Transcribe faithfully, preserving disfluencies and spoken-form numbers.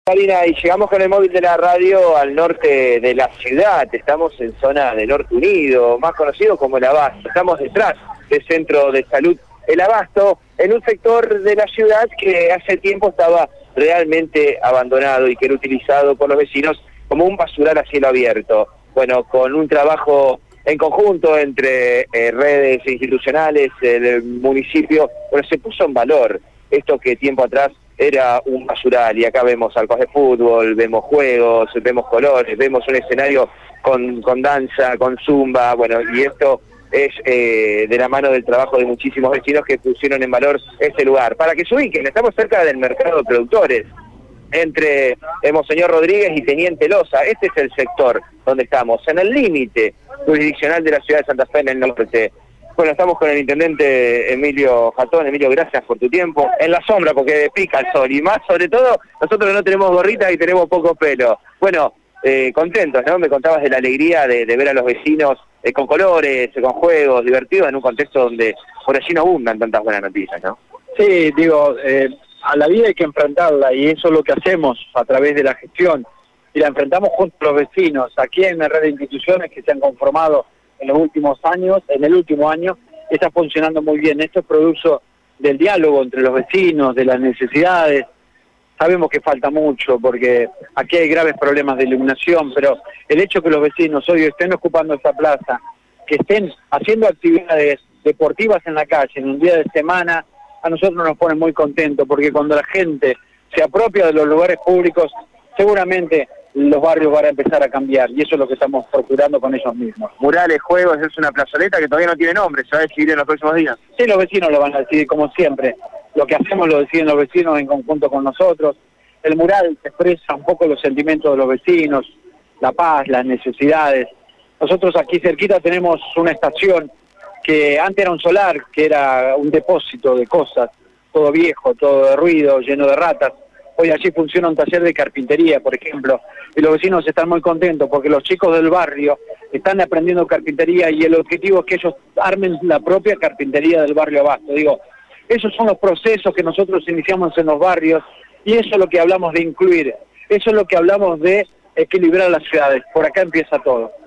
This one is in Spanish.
Karina, y llegamos con el móvil de la radio al norte de la ciudad. Estamos en zona de Norte Unido, más conocido como El Abasto. Estamos detrás del Centro de Salud El Abasto, en un sector de la ciudad que hace tiempo estaba realmente abandonado y que era utilizado por los vecinos como un basural a cielo abierto. Bueno, con un trabajo en conjunto entre eh, redes institucionales, el municipio, bueno, se puso en valor esto que tiempo atrás era un basural, y acá vemos arcos de fútbol, vemos juegos, vemos colores, vemos un escenario con, con danza, con zumba, bueno, y esto es eh, de la mano del trabajo de muchísimos vecinos que pusieron en valor este lugar. Para que se ubiquen, estamos cerca del mercado de productores, entre eh, Monseñor Rodríguez y Teniente Loza. Este es el sector donde estamos, en el límite jurisdiccional de la ciudad de Santa Fe, en el norte. Bueno, estamos con el intendente Emilio Jatón. Emilio, gracias por tu tiempo. En la sombra, porque pica el sol, y más sobre todo, nosotros no tenemos gorritas y tenemos poco pelo. Bueno, eh, contentos, ¿no? Me contabas de la alegría de, de ver a los vecinos eh, con colores, con juegos, divertidos, en un contexto donde por allí no abundan tantas buenas noticias, ¿no? Sí, digo, eh, a la vida hay que enfrentarla, y eso es lo que hacemos a través de la gestión, y la enfrentamos junto a los vecinos. Aquí hay una red de instituciones que se han conformado en los últimos años, en el último año, está funcionando muy bien. Esto es producto del diálogo entre los vecinos, de las necesidades. Sabemos que falta mucho, porque aquí hay graves problemas de iluminación, pero el hecho que los vecinos hoy estén ocupando esta plaza, que estén haciendo actividades deportivas en la calle en un día de semana, a nosotros nos pone muy contentos, porque cuando la gente se apropia de los lugares públicos, seguramente los barrios van a empezar a cambiar, y eso es lo que estamos procurando con ellos mismos. Murales, juegos, es una plazoleta que todavía no tiene nombre, se va a decidir en los próximos días. Sí, los vecinos lo van a decidir, como siempre. Lo que hacemos lo deciden los vecinos en conjunto con nosotros. El mural expresa un poco los sentimientos de los vecinos, la paz, las necesidades. Nosotros aquí cerquita tenemos una estación que antes era un solar, que era un depósito de cosas, todo viejo, todo de ruido, lleno de ratas. Hoy allí funciona un taller de carpintería, por ejemplo, y los vecinos están muy contentos porque los chicos del barrio están aprendiendo carpintería, y el objetivo es que ellos armen la propia carpintería del barrio Abasto. Digo, esos son los procesos que nosotros iniciamos en los barrios, y eso es lo que hablamos de incluir, eso es lo que hablamos de equilibrar las ciudades. Por acá empieza todo.